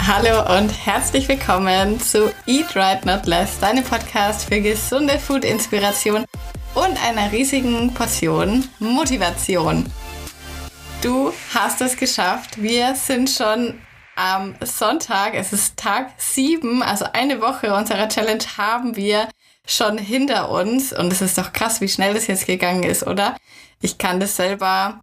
Hallo und herzlich willkommen zu Eat Right Not Less, deinem Podcast für gesunde Food-Inspiration und einer riesigen Portion Motivation. Du hast es geschafft. Wir sind schon am Sonntag. Es ist Tag 7, also eine Woche unserer Challenge haben wir schon hinter uns. Und es ist doch krass, wie schnell das jetzt gegangen ist, oder? Ich kann das selber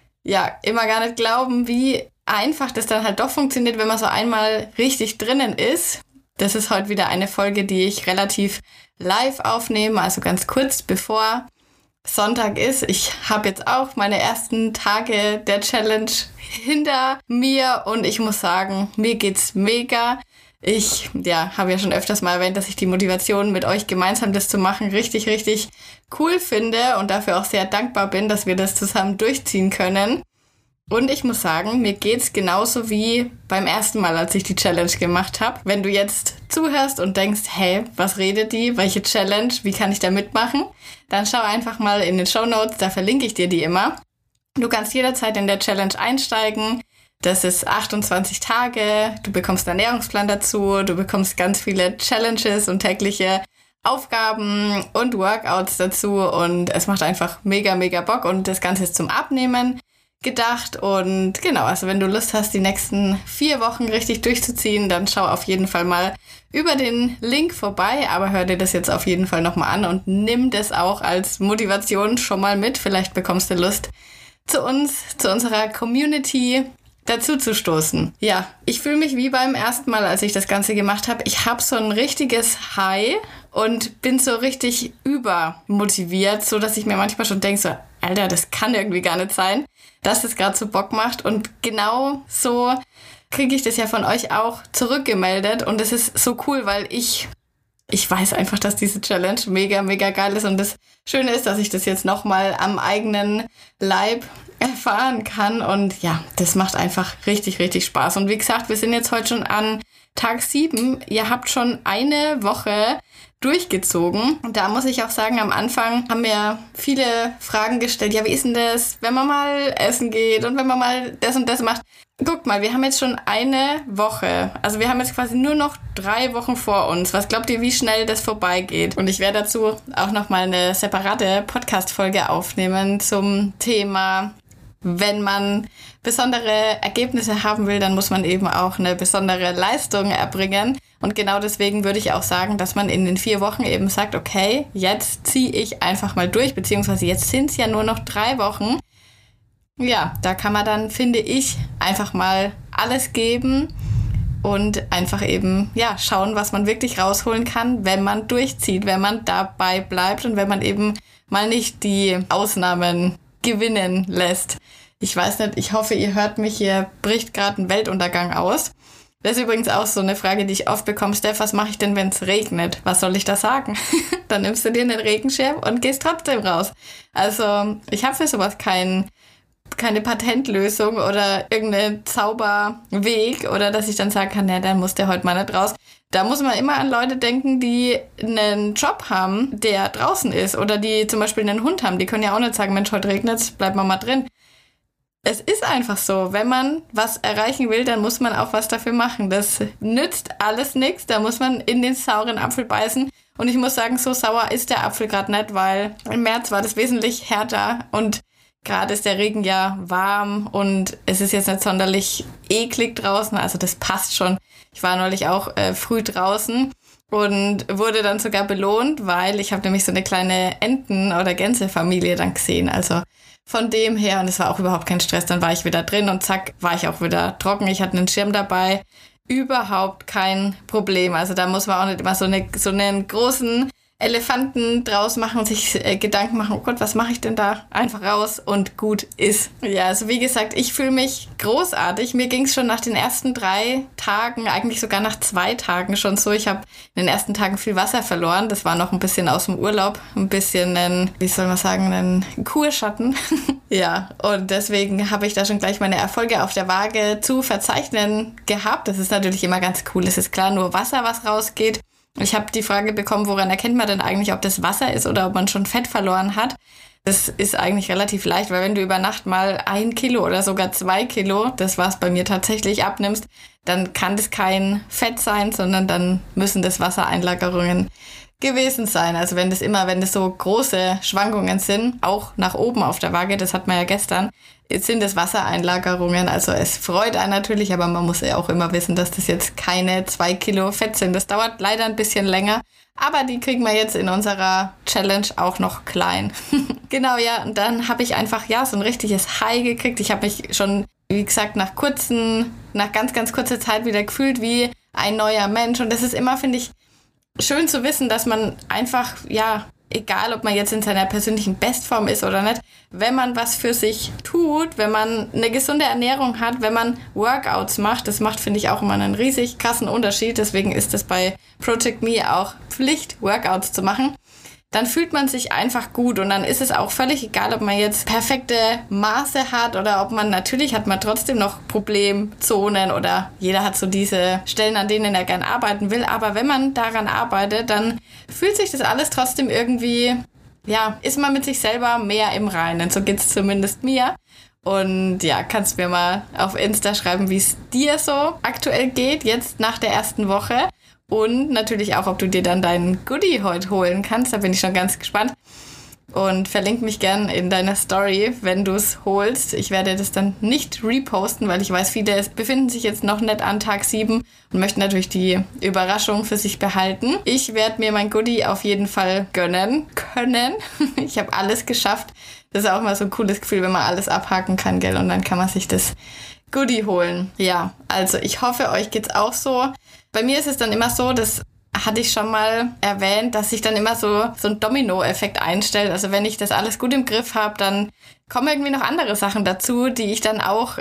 immer gar nicht glauben, wie einfach das dann halt doch funktioniert, wenn man so einmal richtig drinnen ist. Das ist heute wieder eine Folge, die ich relativ live aufnehme, also ganz kurz bevor Sonntag ist. Ich habe jetzt auch meine ersten Tage der Challenge hinter mir und ich muss sagen, mir geht's mega. Ich habe ja schon öfters mal erwähnt, dass ich die Motivation mit euch gemeinsam das zu machen richtig, richtig cool finde und dafür auch sehr dankbar bin, dass wir das zusammen durchziehen können. Und ich muss sagen, mir geht's genauso wie beim ersten Mal, als ich die Challenge gemacht habe. Wenn du jetzt zuhörst und denkst, hey, was redet die? Welche Challenge? Wie kann ich da mitmachen? Dann schau einfach mal in den Shownotes, da verlinke ich dir die immer. Du kannst jederzeit in der Challenge einsteigen. Das ist 28 Tage. Du bekommst einen Ernährungsplan dazu. Du bekommst ganz viele Challenges und tägliche Aufgaben und Workouts dazu. Und es macht einfach mega, mega Bock. Und das Ganze ist zum Abnehmen gedacht. Und genau, also wenn du Lust hast, die nächsten 4 Wochen richtig durchzuziehen, dann schau auf jeden Fall mal über den Link vorbei. Aber hör dir das jetzt auf jeden Fall nochmal an und nimm das auch als Motivation schon mal mit. Vielleicht bekommst du Lust, zu uns, zu unserer Community dazu zu stoßen. Ja, ich fühle mich wie beim ersten Mal, als ich das Ganze gemacht habe. Ich habe so ein richtiges High und bin so richtig übermotiviert, so dass ich mir manchmal schon denke, so, Alter, das kann irgendwie gar nicht sein, dass das gerade so Bock macht. Und genau so kriege ich das ja von euch auch zurückgemeldet. Und es ist so cool, weil ich weiß einfach, dass diese Challenge mega, mega geil ist. Und das Schöne ist, dass ich das jetzt nochmal am eigenen Leib erfahren kann. Und ja, das macht einfach richtig, richtig Spaß. Und wie gesagt, wir sind jetzt heute schon an Tag 7. Ihr habt schon eine Woche durchgezogen. Und da muss ich auch sagen, am Anfang haben mir viele Fragen gestellt. Ja, wie ist denn das, wenn man mal essen geht und wenn man mal das und das macht? Guckt mal, wir haben jetzt schon eine Woche. Also wir haben jetzt quasi nur noch 3 Wochen vor uns. Was glaubt ihr, wie schnell das vorbeigeht? Und ich werde dazu auch nochmal eine separate Podcast-Folge aufnehmen zum Thema, wenn man besondere Ergebnisse haben will, dann muss man eben auch eine besondere Leistung erbringen. Und genau deswegen würde ich auch sagen, dass man in den 4 Wochen eben sagt, okay, jetzt ziehe ich einfach mal durch, beziehungsweise jetzt sind es ja nur noch 3 Wochen. Ja, da kann man dann, finde ich, einfach mal alles geben und einfach eben, schauen, was man wirklich rausholen kann, wenn man durchzieht, wenn man dabei bleibt und wenn man eben mal nicht die Ausnahmen gewinnen lässt. Ich weiß nicht, ich hoffe, ihr hört mich, hier bricht gerade ein Weltuntergang aus. Das ist übrigens auch so eine Frage, die ich oft bekomme. Steff, was mache ich denn, wenn es regnet? Was soll ich da sagen? Dann nimmst du dir einen Regenschirm und gehst trotzdem raus. Also ich habe für sowas keine Patentlösung oder irgendeinen Zauberweg oder dass ich dann sagen kann, dann muss der heute mal nicht raus. Da muss man immer an Leute denken, die einen Job haben, der draußen ist oder die zum Beispiel einen Hund haben. Die können ja auch nicht sagen, Mensch, heute regnet's, bleib mal drin. Es ist einfach so, wenn man was erreichen will, dann muss man auch was dafür machen. Das nützt alles nichts, da muss man in den sauren Apfel beißen. Und ich muss sagen, so sauer ist der Apfel gerade nicht, weil im März war das wesentlich härter und gerade ist der Regen ja warm und es ist jetzt nicht sonderlich eklig draußen, also das passt schon. Ich war neulich auch früh draußen und wurde dann sogar belohnt, weil ich habe nämlich so eine kleine Enten- oder Gänsefamilie dann gesehen. Also von dem her, und es war auch überhaupt kein Stress, dann war ich wieder drin und zack, war ich auch wieder trocken. Ich hatte einen Schirm dabei, überhaupt kein Problem. Also da muss man auch nicht immer so einen großen Elefanten draus machen und sich Gedanken machen, oh Gott, was mache ich denn da? Einfach raus und gut ist. Ja, also wie gesagt, ich fühle mich großartig. Mir ging es schon nach den ersten 3 Tagen, eigentlich sogar nach 2 Tagen schon so. Ich habe in den ersten Tagen viel Wasser verloren. Das war noch ein bisschen aus dem Urlaub, ein bisschen ein Kurschatten. Ja, und deswegen habe ich da schon gleich meine Erfolge auf der Waage zu verzeichnen gehabt. Das ist natürlich immer ganz cool. Es ist klar, nur Wasser, was rausgeht. Ich habe die Frage bekommen, woran erkennt man denn eigentlich, ob das Wasser ist oder ob man schon Fett verloren hat. Das ist eigentlich relativ leicht, weil wenn du über Nacht mal 1 Kilo oder sogar 2 Kilo, das war es bei mir tatsächlich, abnimmst, dann kann das kein Fett sein, sondern dann müssen das Wassereinlagerungen gewesen sein. Also wenn das so große Schwankungen sind, auch nach oben auf der Waage, das hat man ja gestern, jetzt sind es Wassereinlagerungen. Also es freut einen natürlich, aber man muss ja auch immer wissen, dass das jetzt keine 2 Kilo Fett sind. Das dauert leider ein bisschen länger, aber die kriegen wir jetzt in unserer Challenge auch noch klein. Genau, ja, und dann habe ich einfach, so ein richtiges High gekriegt. Ich habe mich schon, wie gesagt, nach ganz, ganz kurzer Zeit wieder gefühlt wie ein neuer Mensch. Und das ist immer, finde ich, schön zu wissen, dass man einfach, egal ob man jetzt in seiner persönlichen Bestform ist oder nicht, wenn man was für sich tut, wenn man eine gesunde Ernährung hat, wenn man Workouts macht, das macht, finde ich, auch immer einen riesig krassen Unterschied. Deswegen ist es bei Project Me auch Pflicht, Workouts zu machen. Dann fühlt man sich einfach gut und dann ist es auch völlig egal, ob man jetzt perfekte Maße hat oder ob natürlich hat man trotzdem noch Problemzonen oder jeder hat so diese Stellen, an denen er gern arbeiten will. Aber wenn man daran arbeitet, dann fühlt sich das alles trotzdem irgendwie, ist man mit sich selber mehr im Reinen. So geht's zumindest mir. Und kannst mir mal auf Insta schreiben, wie es dir so aktuell geht, jetzt nach der ersten Woche. Und natürlich auch, ob du dir dann deinen Goodie heute holen kannst. Da bin ich schon ganz gespannt. Und verlink mich gern in deiner Story, wenn du es holst. Ich werde das dann nicht reposten, weil ich weiß, viele befinden sich jetzt noch nicht an Tag 7 und möchten natürlich die Überraschung für sich behalten. Ich werde mir mein Goodie auf jeden Fall gönnen können. Ich habe alles geschafft. Das ist auch mal so ein cooles Gefühl, wenn man alles abhaken kann, gell? Und dann kann man sich das Goodie holen. Ja, also ich hoffe, euch geht's auch so. Bei mir ist es dann immer so, das hatte ich schon mal erwähnt, dass sich dann immer so ein Domino-Effekt einstellt. Also wenn ich das alles gut im Griff habe, dann kommen irgendwie noch andere Sachen dazu, die ich dann auch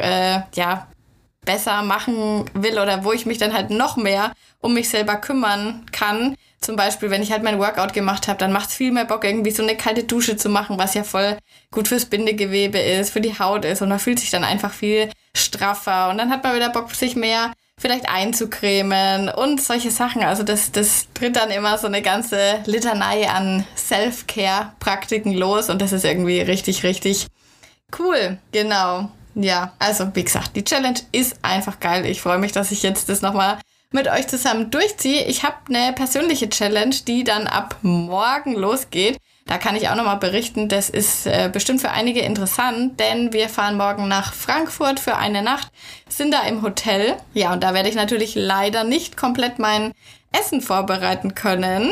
besser machen will oder wo ich mich dann halt noch mehr um mich selber kümmern kann. Zum Beispiel, wenn ich halt mein Workout gemacht habe, dann macht es viel mehr Bock, irgendwie so eine kalte Dusche zu machen, was ja voll gut fürs Bindegewebe ist, für die Haut ist und man fühlt sich dann einfach viel straffer und dann hat man wieder Bock, sich mehr vielleicht einzucremen und solche Sachen. Also das tritt dann immer so eine ganze Litanei an Self-Care-Praktiken los und das ist irgendwie richtig, richtig cool. Genau. Ja, also wie gesagt, die Challenge ist einfach geil. Ich freue mich, dass ich jetzt das nochmal mit euch zusammen durchziehe. Ich habe eine persönliche Challenge, die dann ab morgen losgeht. Da kann ich auch nochmal berichten, das ist bestimmt für einige interessant, denn wir fahren morgen nach Frankfurt für eine Nacht, sind da im Hotel. Ja, und da werde ich natürlich leider nicht komplett mein Essen vorbereiten können.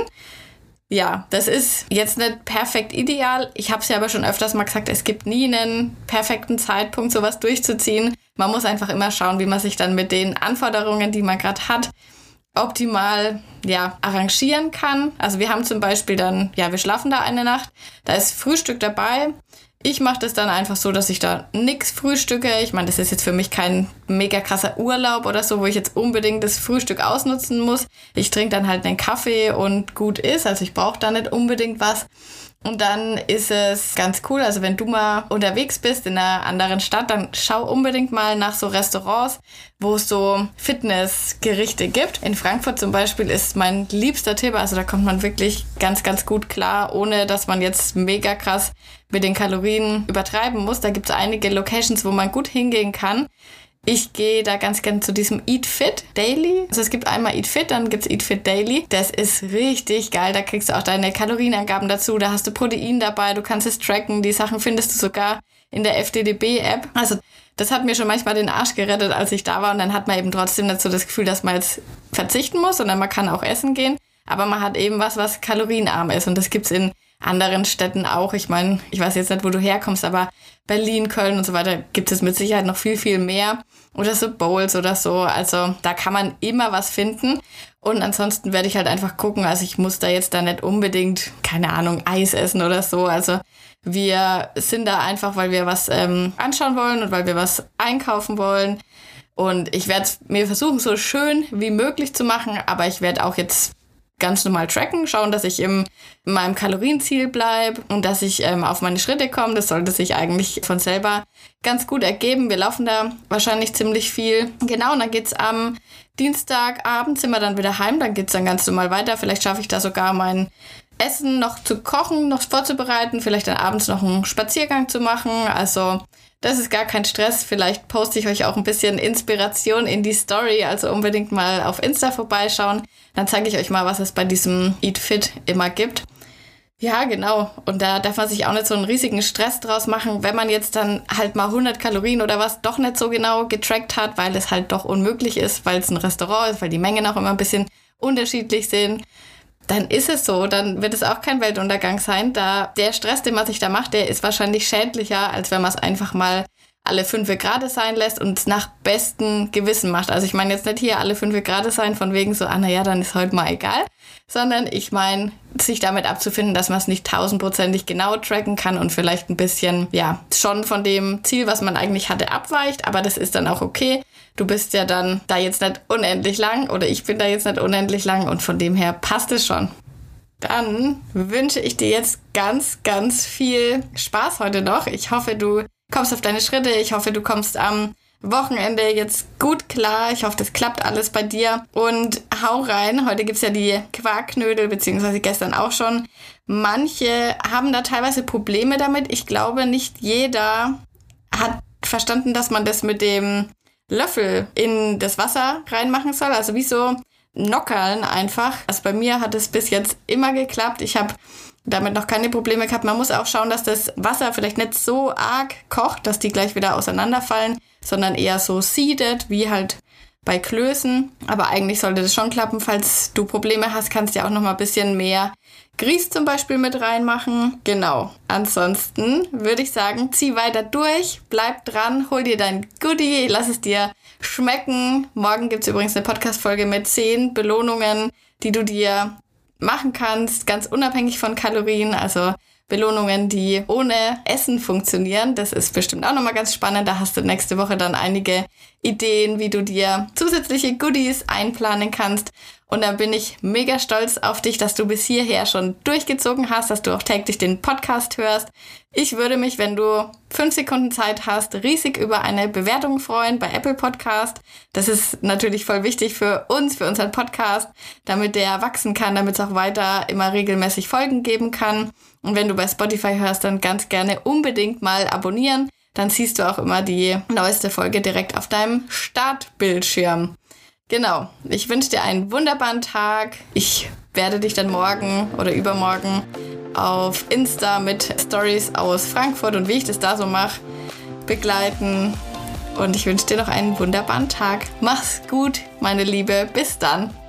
Ja, das ist jetzt nicht perfekt ideal. Ich habe es ja aber schon öfters mal gesagt, es gibt nie einen perfekten Zeitpunkt, sowas durchzuziehen. Man muss einfach immer schauen, wie man sich dann mit den Anforderungen, die man gerade hat, optimal arrangieren kann. Also wir haben zum Beispiel dann, wir schlafen da eine Nacht, da ist Frühstück dabei. Ich mache das dann einfach so, dass ich da nichts frühstücke. Ich meine, das ist jetzt für mich kein mega krasser Urlaub oder so, wo ich jetzt unbedingt das Frühstück ausnutzen muss. Ich trinke dann halt einen Kaffee und gut ist. Also ich brauche da nicht unbedingt was. Und dann ist es ganz cool, also wenn du mal unterwegs bist in einer anderen Stadt, dann schau unbedingt mal nach so Restaurants, wo es so Fitnessgerichte gibt. In Frankfurt zum Beispiel ist mein liebster Tipp, also da kommt man wirklich ganz, ganz gut klar, ohne dass man jetzt mega krass mit den Kalorien übertreiben muss. Da gibt es einige Locations, wo man gut hingehen kann. Ich gehe da ganz gerne zu diesem Eat Fit Daily. Also es gibt einmal Eat Fit, dann gibt's Eat Fit Daily. Das ist richtig geil. Da kriegst du auch deine Kalorienangaben dazu. Da hast du Protein dabei, du kannst es tracken. Die Sachen findest du sogar in der FDDB-App. Also das hat mir schon manchmal den Arsch gerettet, als ich da war. Und dann hat man eben trotzdem nicht so das Gefühl, dass man jetzt verzichten muss, sondern man kann auch essen gehen. Aber man hat eben was kalorienarm ist. Und das gibt's in anderen Städten auch. Ich meine, ich weiß jetzt nicht, wo du herkommst, aber Berlin, Köln und so weiter gibt es mit Sicherheit noch viel, viel mehr. Oder so Bowls oder so. Also da kann man immer was finden. Und ansonsten werde ich halt einfach gucken. Also ich muss da jetzt nicht unbedingt, keine Ahnung, Eis essen oder so. Also wir sind da einfach, weil wir was anschauen wollen und weil wir was einkaufen wollen. Und ich werde es mir versuchen, so schön wie möglich zu machen. Aber ich werde auch jetzt ganz normal tracken, schauen, dass ich in meinem Kalorienziel bleibe und dass ich auf meine Schritte komme. Das sollte sich eigentlich von selber ganz gut ergeben. Wir laufen da wahrscheinlich ziemlich viel. Genau, und dann geht's am Dienstagabend, sind wir dann wieder heim. Dann geht's dann ganz normal weiter. Vielleicht schaffe ich da sogar mein Essen noch zu kochen, noch vorzubereiten, vielleicht dann abends noch einen Spaziergang zu machen. Also das ist gar kein Stress. Vielleicht poste ich euch auch ein bisschen Inspiration in die Story, also unbedingt mal auf Insta vorbeischauen. Dann zeige ich euch mal, was es bei diesem Eat Fit immer gibt. Ja, genau. Und da darf man sich auch nicht so einen riesigen Stress draus machen, wenn man jetzt dann halt mal 100 Kalorien oder was doch nicht so genau getrackt hat, weil es halt doch unmöglich ist, weil es ein Restaurant ist, weil die Mengen auch immer ein bisschen unterschiedlich sind. Dann ist es so, dann wird es auch kein Weltuntergang sein. Da der Stress, den man sich da macht, der ist wahrscheinlich schädlicher, als wenn man es einfach mal alle 5 Grad sein lässt und es nach bestem Gewissen macht. Also ich meine jetzt nicht hier alle 5 Grad sein, von wegen so, naja, dann ist heute mal egal, sondern ich meine, sich damit abzufinden, dass man es nicht 1000%ig genau tracken kann und vielleicht ein bisschen, ja, schon von dem Ziel, was man eigentlich hatte, abweicht, aber das ist dann auch okay. Du bist ja dann da jetzt nicht unendlich lang oder ich bin da jetzt nicht unendlich lang und von dem her passt es schon. Dann wünsche ich dir jetzt ganz, ganz viel Spaß heute noch. Ich hoffe, du kommst auf deine Schritte. Ich hoffe, du kommst am Wochenende jetzt gut klar. Ich hoffe, das klappt alles bei dir. Und hau rein. Heute gibt's ja die Quarkknödel, beziehungsweise gestern auch schon. Manche haben da teilweise Probleme damit. Ich glaube, nicht jeder hat verstanden, dass man das mit dem Löffel in das Wasser reinmachen soll. Also wie so Nockerln einfach. Also bei mir hat es bis jetzt immer geklappt. Ich habe damit noch keine Probleme gehabt. Man muss auch schauen, dass das Wasser vielleicht nicht so arg kocht, dass die gleich wieder auseinanderfallen, sondern eher so siedet, wie halt bei Klößen. Aber eigentlich sollte das schon klappen. Falls du Probleme hast, kannst du ja auch noch mal ein bisschen mehr Grieß zum Beispiel mit reinmachen. Genau. Ansonsten würde ich sagen, zieh weiter durch, bleib dran, hol dir dein Goodie, lass es dir schmecken. Morgen gibt es übrigens eine Podcast-Folge mit 10 Belohnungen, die du dir machen kannst, ganz unabhängig von Kalorien, also Belohnungen, die ohne Essen funktionieren. Das ist bestimmt auch nochmal ganz spannend. Da hast du nächste Woche dann einige Ideen, wie du dir zusätzliche Goodies einplanen kannst. Und da bin ich mega stolz auf dich, dass du bis hierher schon durchgezogen hast, dass du auch täglich den Podcast hörst. Ich würde mich, wenn du 5 Sekunden Zeit hast, riesig über eine Bewertung freuen bei Apple Podcast. Das ist natürlich voll wichtig für uns, für unseren Podcast, damit der wachsen kann, damit es auch weiter immer regelmäßig Folgen geben kann. Und wenn du bei Spotify hörst, dann ganz gerne unbedingt mal abonnieren. Dann siehst du auch immer die neueste Folge direkt auf deinem Startbildschirm. Genau, ich wünsche dir einen wunderbaren Tag. Ich werde dich dann morgen oder übermorgen auf Insta mit Stories aus Frankfurt und wie ich das da so mache, begleiten. Und ich wünsche dir noch einen wunderbaren Tag. Mach's gut, meine Liebe. Bis dann.